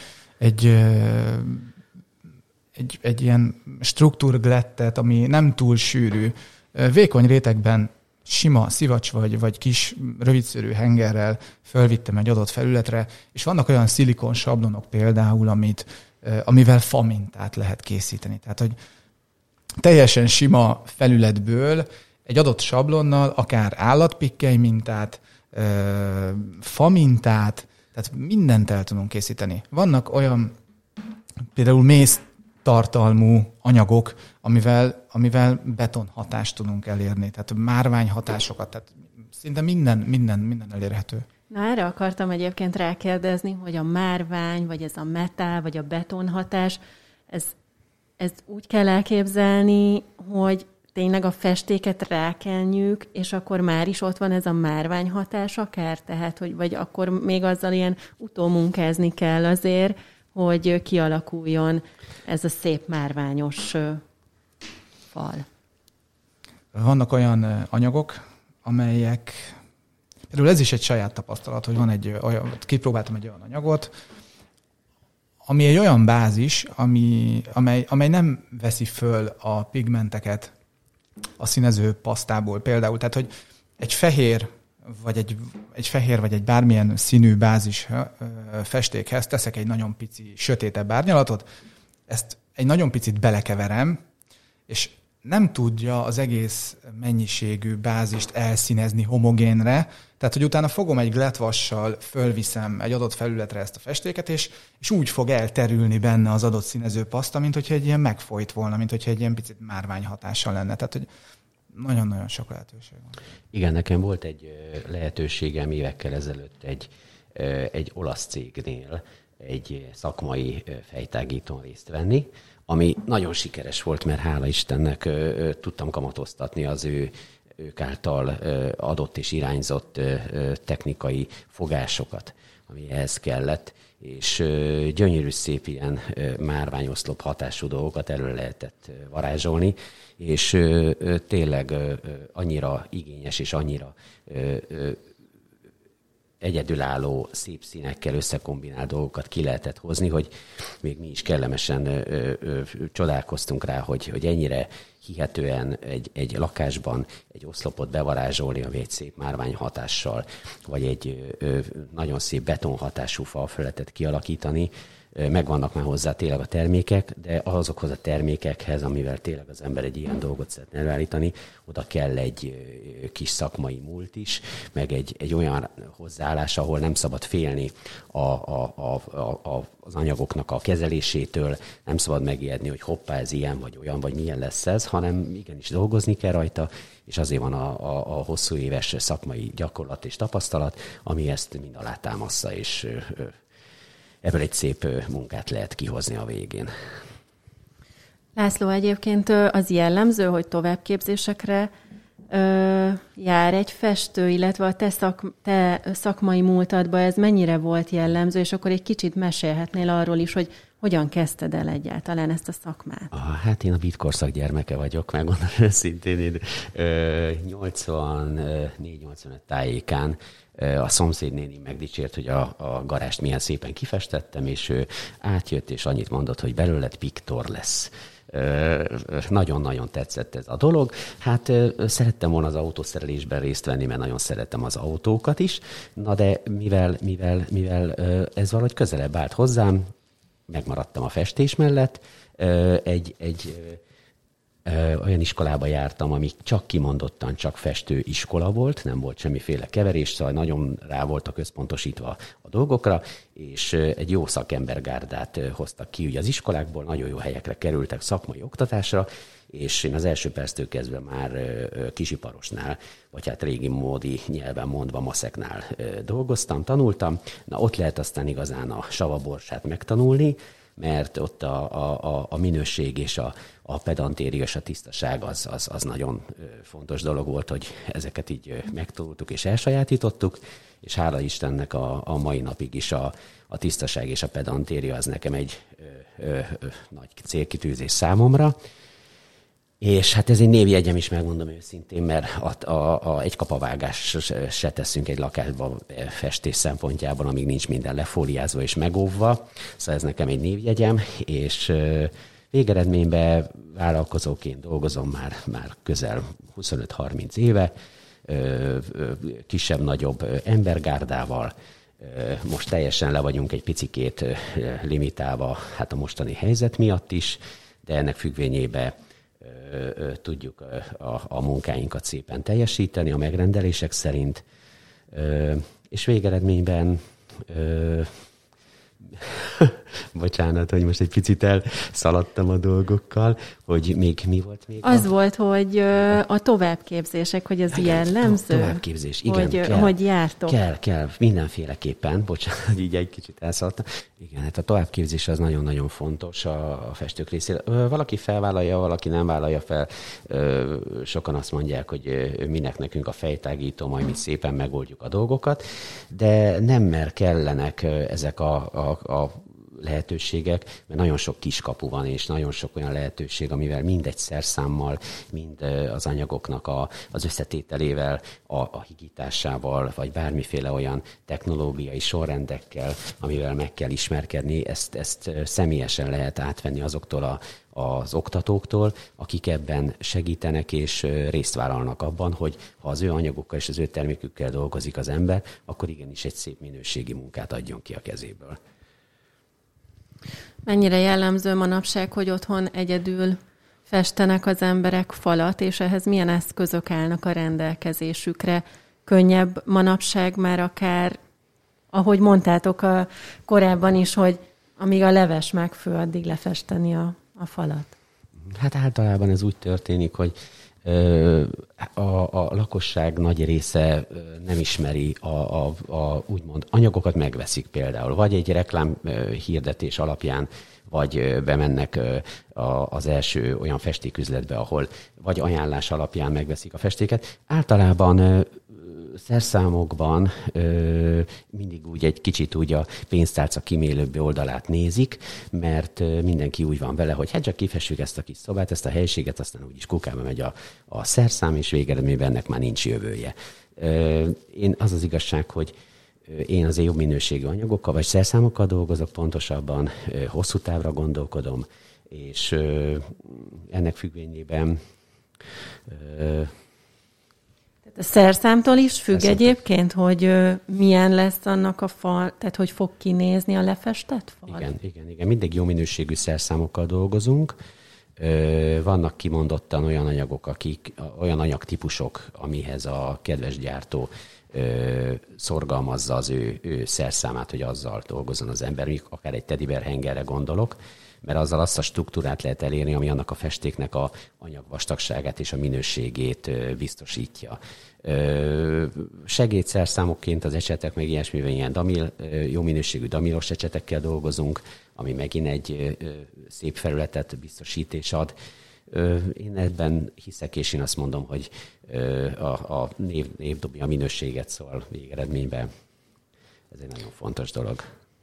egy ilyen struktúrglettet, ami nem túl sűrű, vékony rétegben sima szivacs vagy kis rövidszőrű hengerrel fölvittem egy adott felületre, és vannak olyan szilikon sablonok például, amivel famintát lehet készíteni. Tehát, hogy teljesen sima felületből egy adott sablonnal akár állatpikkely mintát, famintát, tehát mindent el tudunk készíteni. Vannak olyan például mész tartalmú anyagok, amivel betonhatást tudunk elérni, tehát márványhatásokat, tehát szinte minden elérhető. Na, erre akartam egyébként rákérdezni, hogy a márvány, vagy ez a metál, vagy a betonhatás, ez úgy kell elképzelni, hogy tényleg a festéket rákelnyük, és akkor már is ott van ez a márványhatás akár? Tehát, hogy vagy akkor még azzal ilyen utómunkázni kell azért, hogy kialakuljon ez a szép márványos fal. vannak olyan anyagok, amelyek, például ez is egy saját tapasztalat, hogy van egy olyan, kipróbáltam egy olyan anyagot, ami egy olyan bázis, amely nem veszi föl a pigmenteket a színező pasztából például. Tehát, hogy egy fehér vagy egy bármilyen színű bázis festékhez teszek egy nagyon pici, sötétebb árnyalatot, ezt egy nagyon picit belekeverem, és nem tudja az egész mennyiségű bázist elszínezni homogénre, tehát, hogy utána fogom egy glettvassal, fölviszem egy adott felületre ezt a festéket, és úgy fog elterülni benne az adott színező paszta, mint hogyha egy ilyen megfolyt volna, mint hogyha egy ilyen picit márvány hatással lenne. Tehát, hogy nagyon-nagyon sok lehetőség van. Igen, nekem volt egy lehetőségem évekkel ezelőtt egy olasz cégnél egy szakmai fejtágítón részt venni, ami nagyon sikeres volt, mert hála Istennek tudtam kamatoztatni az ők által adott és irányzott technikai fogásokat, ami ehhez kellett, és gyönyörű szép ilyen márványoszlop hatású dolgokat elő lehetett varázsolni, és tényleg annyira igényes és annyira egyedülálló szép színekkel összekombinált dolgokat ki lehetett hozni, hogy még mi is kellemesen csodálkoztunk rá, hogy ennyire hihetően egy lakásban egy oszlopot bevarázsolni, ami egy szép márvány hatással, vagy egy nagyon szép betonhatású falfeletet kialakítani. Megvannak már hozzá tényleg a termékek, de azokhoz a termékekhez, amivel tényleg az ember egy ilyen dolgot szeretne előállítani, oda kell egy kis szakmai múlt is, meg egy olyan hozzáállás, ahol nem szabad félni az anyagoknak a kezelésétől, nem szabad megijedni, hogy hoppá, ez ilyen vagy olyan, vagy milyen lesz ez, hanem igenis dolgozni kell rajta, és azért van a hosszú éves szakmai gyakorlat és tapasztalat, ami ezt mind alátámaszza, és ebből egy szép munkát lehet kihozni a végén. László, egyébként az jellemző, hogy továbbképzésekre jár egy festő, illetve a te szakmai múltadban ez mennyire volt jellemző, és akkor egy kicsit mesélhetnél arról is, hogy hogyan kezdted el egyáltalán ezt a szakmát? Hát én a beatkorszak gyermeke vagyok, megmondom őszintén. Én 84-85 tájékán a szomszédnéni megdicsért, hogy a garást milyen szépen kifestettem, és ő átjött, és annyit mondott, hogy belőled piktor lesz. Nagyon-nagyon tetszett ez a dolog. Hát szerettem volna az autószerelésben részt venni, mert nagyon szeretem az autókat is. Na de mivel ez valahogy közelebb állt hozzám, megmaradtam a festés mellett. Olyan iskolába jártam, ami csak kimondottan csak festő iskola volt, nem volt semmiféle keverés, szóval nagyon rá voltak összpontosítva a dolgokra, és egy jó szakembergárdát hoztak ki ugye az iskolákból, nagyon jó helyekre kerültek szakmai oktatásra, és én az első perctől kezdve már kisiparosnál, vagy hát régi módi nyelven mondva maszeknál dolgoztam, tanultam. Na ott lehet aztán igazán a savaborsát megtanulni, mert ott a minőség és a pedantéria és a tisztaság az nagyon fontos dolog volt, hogy ezeket így megtanultuk és elsajátítottuk, és hála Istennek a mai napig is a tisztaság és a pedantéria az nekem egy nagy célkitűzés számomra. És hát ez egy névjegyem is, megmondom őszintén, mert egy kapavágás se teszünk egy lakásba festés szempontjában, amíg nincs minden lefóliázva és megóvva. Szóval ez nekem egy névjegyem, és végeredményben vállalkozóként dolgozom már közel 25-30 éve, kisebb-nagyobb embergárdával. Most teljesen le vagyunk egy picikét limitálva hát a mostani helyzet miatt is, de ennek függvényében tudjuk a munkáinkat szépen teljesíteni a megrendelések szerint, és végeredményben bocsánat, hogy most egy picit elszaladtam a dolgokkal, hogy még mi volt még? Az volt, hogy a továbbképzések, hogy ez jellemző? Továbbképzés, igen. Hogy jártok? Kell, mindenféleképpen. Bocsánat, így egy kicsit elszaladtam. Igen, hát a továbbképzés az nagyon-nagyon fontos a festők részéről. Valaki felvállalja, valaki nem vállalja fel. Sokan azt mondják, hogy minek nekünk a fejtágító, majd mi szépen megoldjuk a dolgokat, de nem kellenek ezek a lehetőségek, mert nagyon sok kiskapu van, és nagyon sok olyan lehetőség, amivel mind egy szerszámmal, mind az anyagoknak az összetételével, a higításával, vagy bármiféle olyan technológiai sorrendekkel, amivel meg kell ismerkedni, ezt személyesen lehet átvenni azoktól az oktatóktól, akik ebben segítenek és részt vállalnak abban, hogy ha az ő anyagokkal és az ő termékükkel dolgozik az ember, akkor igenis egy szép minőségi munkát adjon ki a kezéből. Mennyire jellemző manapság, hogy otthon egyedül festenek az emberek falat, és ehhez milyen eszközök állnak a rendelkezésükre? Könnyebb manapság már akár, ahogy mondtátok korábban is, hogy amíg a leves megfő, addig lefesteni a falat. Hát általában ez úgy történik, hogy a lakosság nagy része nem ismeri a úgymond anyagokat, megveszik például. Vagy egy reklám hirdetés alapján, vagy bemennek az első olyan festéküzletbe, ahol vagy ajánlás alapján megveszik a festéket. Általában szerszámokban mindig úgy egy kicsit úgy a pénztárca kimélőbb oldalát nézik, mert mindenki úgy van vele, hogy hát csak kifessük ezt a kis szobát, ezt a helyiséget, aztán úgyis kukába megy a szerszám, és végeredményben ennek már nincs jövője. Én az az igazság, hogy én azért jobb minőségű anyagokkal, vagy szerszámokkal dolgozok, pontosabban hosszú távra gondolkodom, és ennek függvényében a szerszámtól is függ egyébként, hogy milyen lesz annak a fal, tehát hogy fog kinézni a lefestett fal? Igen. Mindig jó minőségű szerszámokkal dolgozunk. Vannak kimondottan olyan anyagok, olyan anyagtípusok, amihez a kedves gyártó szorgalmazza az ő szerszámát, hogy azzal dolgozzon az ember, akár egy teddybear hengerre gondolok, mert azzal azt a struktúrát lehet elérni, ami annak a festéknek a anyagvastagságát és a minőségét biztosítja. Segédszerszámokként az ecsetek meg ilyesmivel ilyen jó minőségű damilos ecsetekkel dolgozunk, ami megint egy szép felületet biztosít és ad. Én ebben hiszek, és én azt mondom, hogy a név dobja a minőséget, szóval végeredményben ez egy nagyon fontos dolog.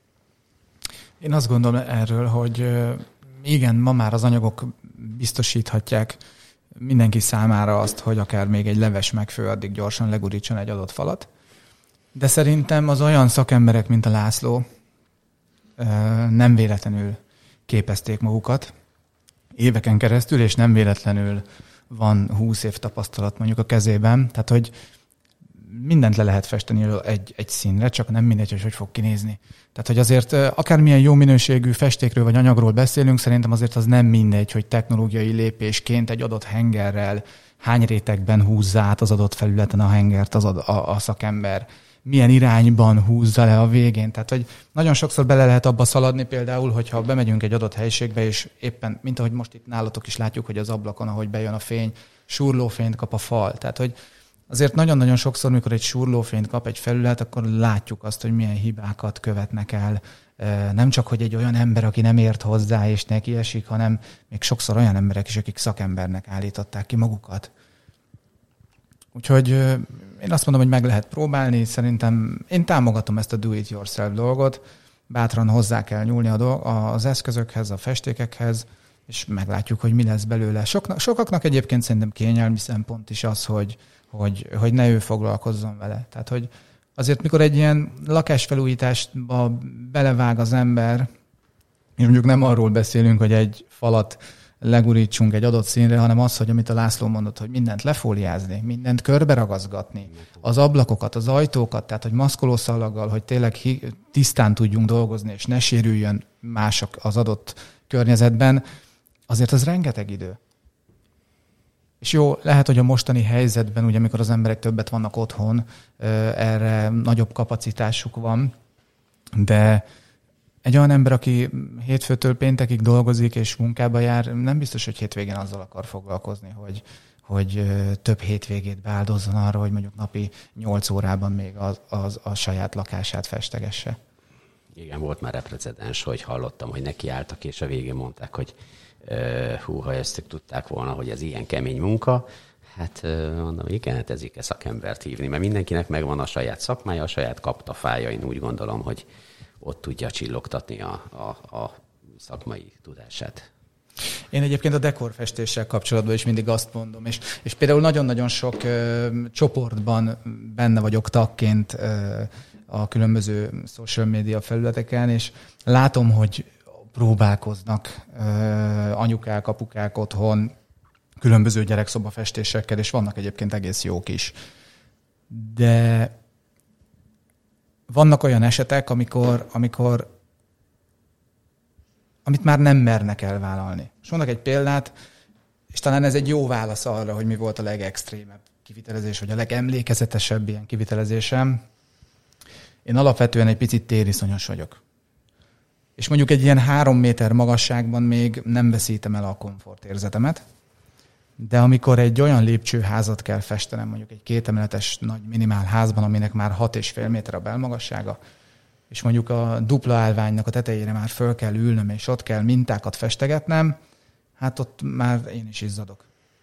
Én azt gondolom erről, hogy igen, ma már az anyagok biztosíthatják mindenki számára azt, hogy akár még egy leves megfő addig gyorsan legurítson egy adott falat. De szerintem az olyan szakemberek, mint a László, nem véletlenül képezték magukat éveken keresztül, és nem véletlenül van 20 év tapasztalat mondjuk a kezében. Tehát, hogy mindent le lehet festeni egy színre, csak nem mindegy, hogy fog kinézni. Tehát, hogy azért akármilyen jó minőségű festékről vagy anyagról beszélünk, szerintem azért az nem mindegy, hogy technológiai lépésként egy adott hengerrel hány rétegben húzza át az adott felületen a hengert a szakember, milyen irányban húzza le a végén. Tehát, hogy nagyon sokszor bele lehet abba szaladni például, hogyha bemegyünk egy adott helyiségbe, és éppen, mint ahogy most itt nálatok is látjuk, hogy az ablakon, ahogy bejön a fény, surlófényt kap a fal. Tehát, hogy azért nagyon-nagyon sokszor, mikor egy surlófényt kap egy felület, akkor látjuk azt, hogy milyen hibákat követnek el. Nem csak, hogy egy olyan ember, aki nem ért hozzá és neki esik, hanem még sokszor olyan emberek is, akik szakembernek állították ki magukat. Úgyhogy én azt mondom, hogy meg lehet próbálni. Szerintem én támogatom ezt a do-it-yourself dolgot. Bátran hozzá kell nyúlni az eszközökhez, a festékekhez, és meglátjuk, hogy mi lesz belőle. Sokaknak egyébként szerintem kényelmi szempont is az, hogy ne ő foglalkozzon vele. Tehát, hogy azért, mikor egy ilyen lakásfelújításba belevág az ember, és mondjuk nem arról beszélünk, hogy egy falat legurítsunk egy adott színre, hanem az, hogy amit a László mondott, hogy mindent lefóliázni, mindent körberagazgatni, az ablakokat, az ajtókat, tehát hogy maszkolószalaggal, hogy tényleg tisztán tudjunk dolgozni, és ne sérüljön mások az adott környezetben, azért az rengeteg idő. És jó, lehet, hogy a mostani helyzetben, ugye, amikor az emberek többet vannak otthon, erre nagyobb kapacitásuk van, de egy olyan ember, aki hétfőtől péntekig dolgozik és munkába jár, nem biztos, hogy hétvégén azzal akar foglalkozni, hogy több hétvégét beáldozzon arra, hogy mondjuk napi 8 órában még a saját lakását festegesse. Igen, volt már precedens, hogy hallottam, hogy nekiálltak, és a végén mondták, hogy ha ezt tudták volna, hogy ez ilyen kemény munka, hát mondom, igen, hát ezért szakembert hívni, mert mindenkinek megvan a saját szakmája, a saját kaptafája, én úgy gondolom, hogy ott tudja csillogtatni a szakmai tudását. Én egyébként a dekorfestéssel kapcsolatban is mindig azt mondom, és például nagyon-nagyon sok csoportban benne vagyok tagként a különböző social media felületeken, és látom, hogy próbálkoznak anyukák, apukák otthon különböző gyerekszobafestésekkel, és vannak egyébként egész jók is. De vannak olyan esetek, amit már nem mernek elvállalni. És mondok egy példát, és talán ez egy jó válasz arra, hogy mi volt a legextrémebb kivitelezés, vagy a legemlékezetesebb ilyen kivitelezésem. Én alapvetően egy picit tériszonyos vagyok. És mondjuk egy ilyen 3 méter magasságban még nem veszítem el a komfortérzetemet, de amikor egy olyan lépcsőházat kell festenem, mondjuk egy 2 emeletes nagy minimál házban, aminek már 6,5 méter a belmagassága, és mondjuk a dupla állványnak a tetejére már föl kell ülnöm, és ott kell mintákat festegetnem, hát ott már én is izzadok.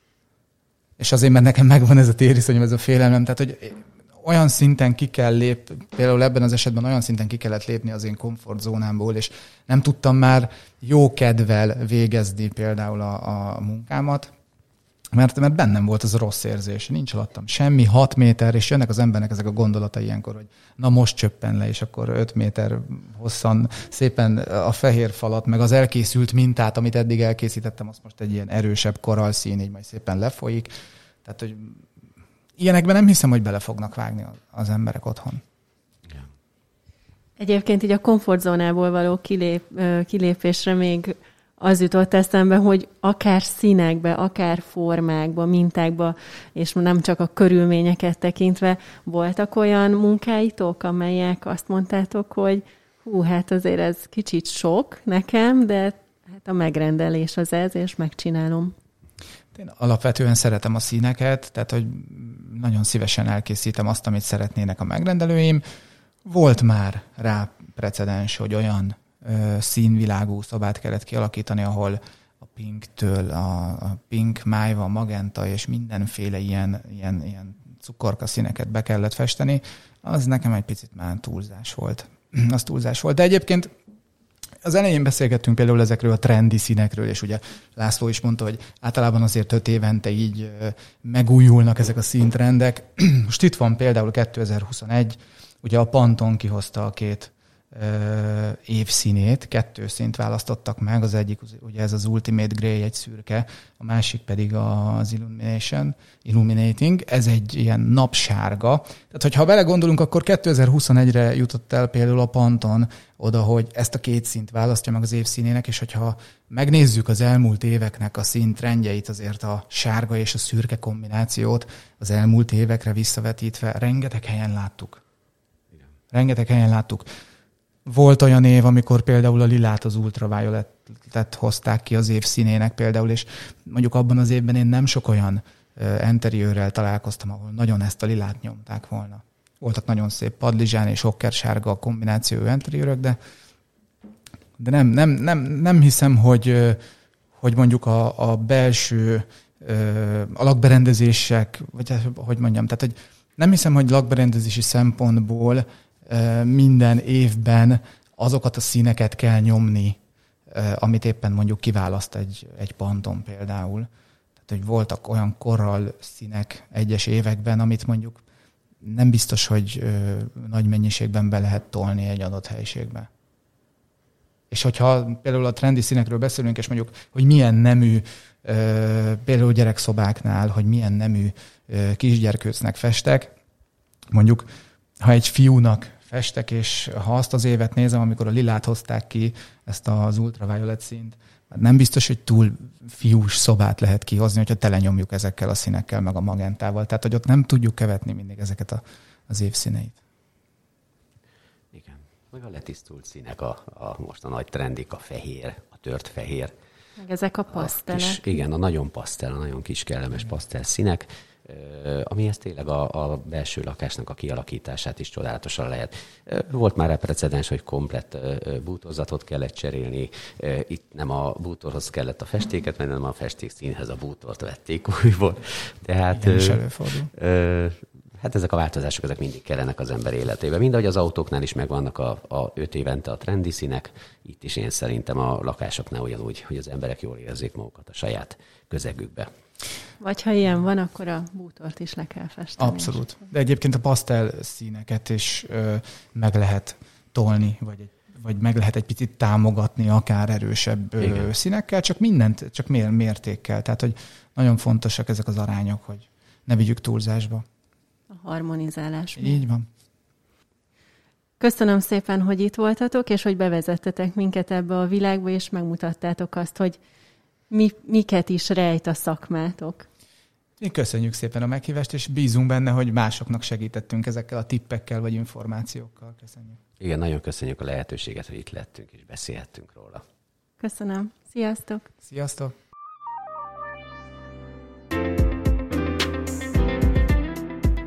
És azért, mert nekem megvan ez a tériszonyom, ez a félelmem, tehát hogy olyan szinten ki kell például ebben az esetben olyan szinten ki kellett lépni az én komfortzónámból, és nem tudtam már jó kedvel végezni például a munkámat, mert bennem volt az a rossz érzés. Nincs alattam semmi, 6 méter, és jönnek az embernek ezek a gondolatai ilyenkor, hogy na most csöppen le, és akkor 5 méter hosszan szépen a fehér falat, meg az elkészült mintát, amit eddig elkészítettem, azt most egy ilyen erősebb korallszín, így majd szépen lefolyik. Tehát, hogy ilyenekben nem hiszem, hogy bele fognak vágni az emberek otthon. Egyébként így a komfortzónából való kilépésre még az jutott eszembe, hogy akár színekbe, akár formákba, mintákba, és nem csak a körülményeket tekintve, voltak olyan munkáitok, amelyek azt mondtátok, hogy hát azért ez kicsit sok nekem, de hát a megrendelés az ez, és megcsinálom. Én alapvetően szeretem a színeket, tehát hogy nagyon szívesen elkészítem azt, amit szeretnének a megrendelőim. Volt már rá precedens, hogy olyan színvilágú szobát kellett kialakítani, ahol a pinktől, a pink, májva, magenta és mindenféle ilyen cukorka színeket be kellett festeni. Az nekem egy picit már túlzás volt. Az túlzás volt. De egyébként az elején beszélgettünk például ezekről a trendi színekről, és ugye László is mondta, hogy általában azért 5 évente így megújulnak ezek a színtrendek. Most itt van például 2021, ugye a Pantone kihozta a 2 évszínét, 2 színt választottak meg, az egyik ugye ez az Ultimate Grey, egy szürke, a másik pedig az Illuminating, ez egy ilyen napsárga. Tehát, hogyha belegondolunk, akkor 2021-re jutott el például a Pantone oda, hogy ezt a 2 színt választja meg az évszínének, és hogyha megnézzük az elmúlt éveknek a színtrendjeit, azért a sárga és a szürke kombinációt az elmúlt évekre visszavetítve rengeteg helyen láttuk. Rengeteg helyen láttuk. Volt olyan év, amikor például a lilát, az ultravioletet hozták ki az év színének például, és mondjuk abban az évben én nem sok olyan interiőrrel találkoztam, ahol nagyon ezt a lilát nyomták volna. Voltak nagyon szép padlizsán és okkersárga a kombinációjú interiőrök, de nem hiszem, hogy mondjuk a belső a lakberendezések, vagy hogy mondjam, tehát hogy nem hiszem, hogy lakberendezési szempontból minden évben azokat a színeket kell nyomni, amit éppen mondjuk kiválaszt egy Pantone például. Tehát, hogy voltak olyan korral színek egyes években, amit mondjuk nem biztos, hogy nagy mennyiségben be lehet tolni egy adott helyiségbe. És hogyha például a trendi színekről beszélünk, és mondjuk, hogy milyen nemű, például gyerekszobáknál, hogy milyen nemű kisgyerkőcnek festek, mondjuk, ha egy fiúnak festek, és ha azt az évet nézem, amikor a lilát hozták ki, ezt az ultraviolet színt, nem biztos, hogy túl fiús szobát lehet kihozni, hogyha telenyomjuk ezekkel a színekkel, meg a magentával. Tehát, hogy ott nem tudjuk követni mindig ezeket az évszíneit. Igen. Meg a letisztult színek, most a nagy trendik, a fehér, a tört fehér. Meg ezek a pasztelek. Igen, a nagyon pasztel, a nagyon kis kellemes pasztel színek, amihez tényleg a belső lakásnak a kialakítását is csodálatosan lehet. Volt már precedens, hogy komplett bútorzatot kellett cserélni. Itt nem a bútorhoz kellett a festéket, hanem a festék színhez a bútort vették újból. Tehát, igen, is előfordul. hát ezek a változások ezek mindig kellenek az ember életében. Mind ahogy az autóknál is megvannak a 5 évente a trendi színek, itt is én szerintem a lakásoknál ugyanúgy, hogy az emberek jól érezzék magukat a saját közegükbe. Vagy ha ilyen van, akkor a bútort is le kell festeni. Abszolút. De egyébként a pasztel színeket is meg lehet tolni, vagy meg lehet egy picit támogatni akár erősebb színekkel, csak mindent, csak mértékkel. Tehát, hogy nagyon fontosak ezek az arányok, hogy ne vigyük túlzásba. A harmonizálás. Így van. Köszönöm szépen, hogy itt voltatok, és hogy bevezettetek minket ebbe a világba, és megmutattátok azt, hogy miket is rejt a szakmátok. Mi köszönjük szépen a meghívást, és bízunk benne, hogy másoknak segítettünk ezekkel a tippekkel vagy információkkal. Köszönjük. Igen, nagyon köszönjük a lehetőséget, hogy itt lettünk és beszélhettünk róla. Köszönöm. Sziasztok! Sziasztok!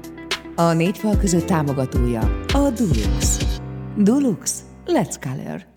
A négy fal között támogatója a Dulux. Dulux, let's color.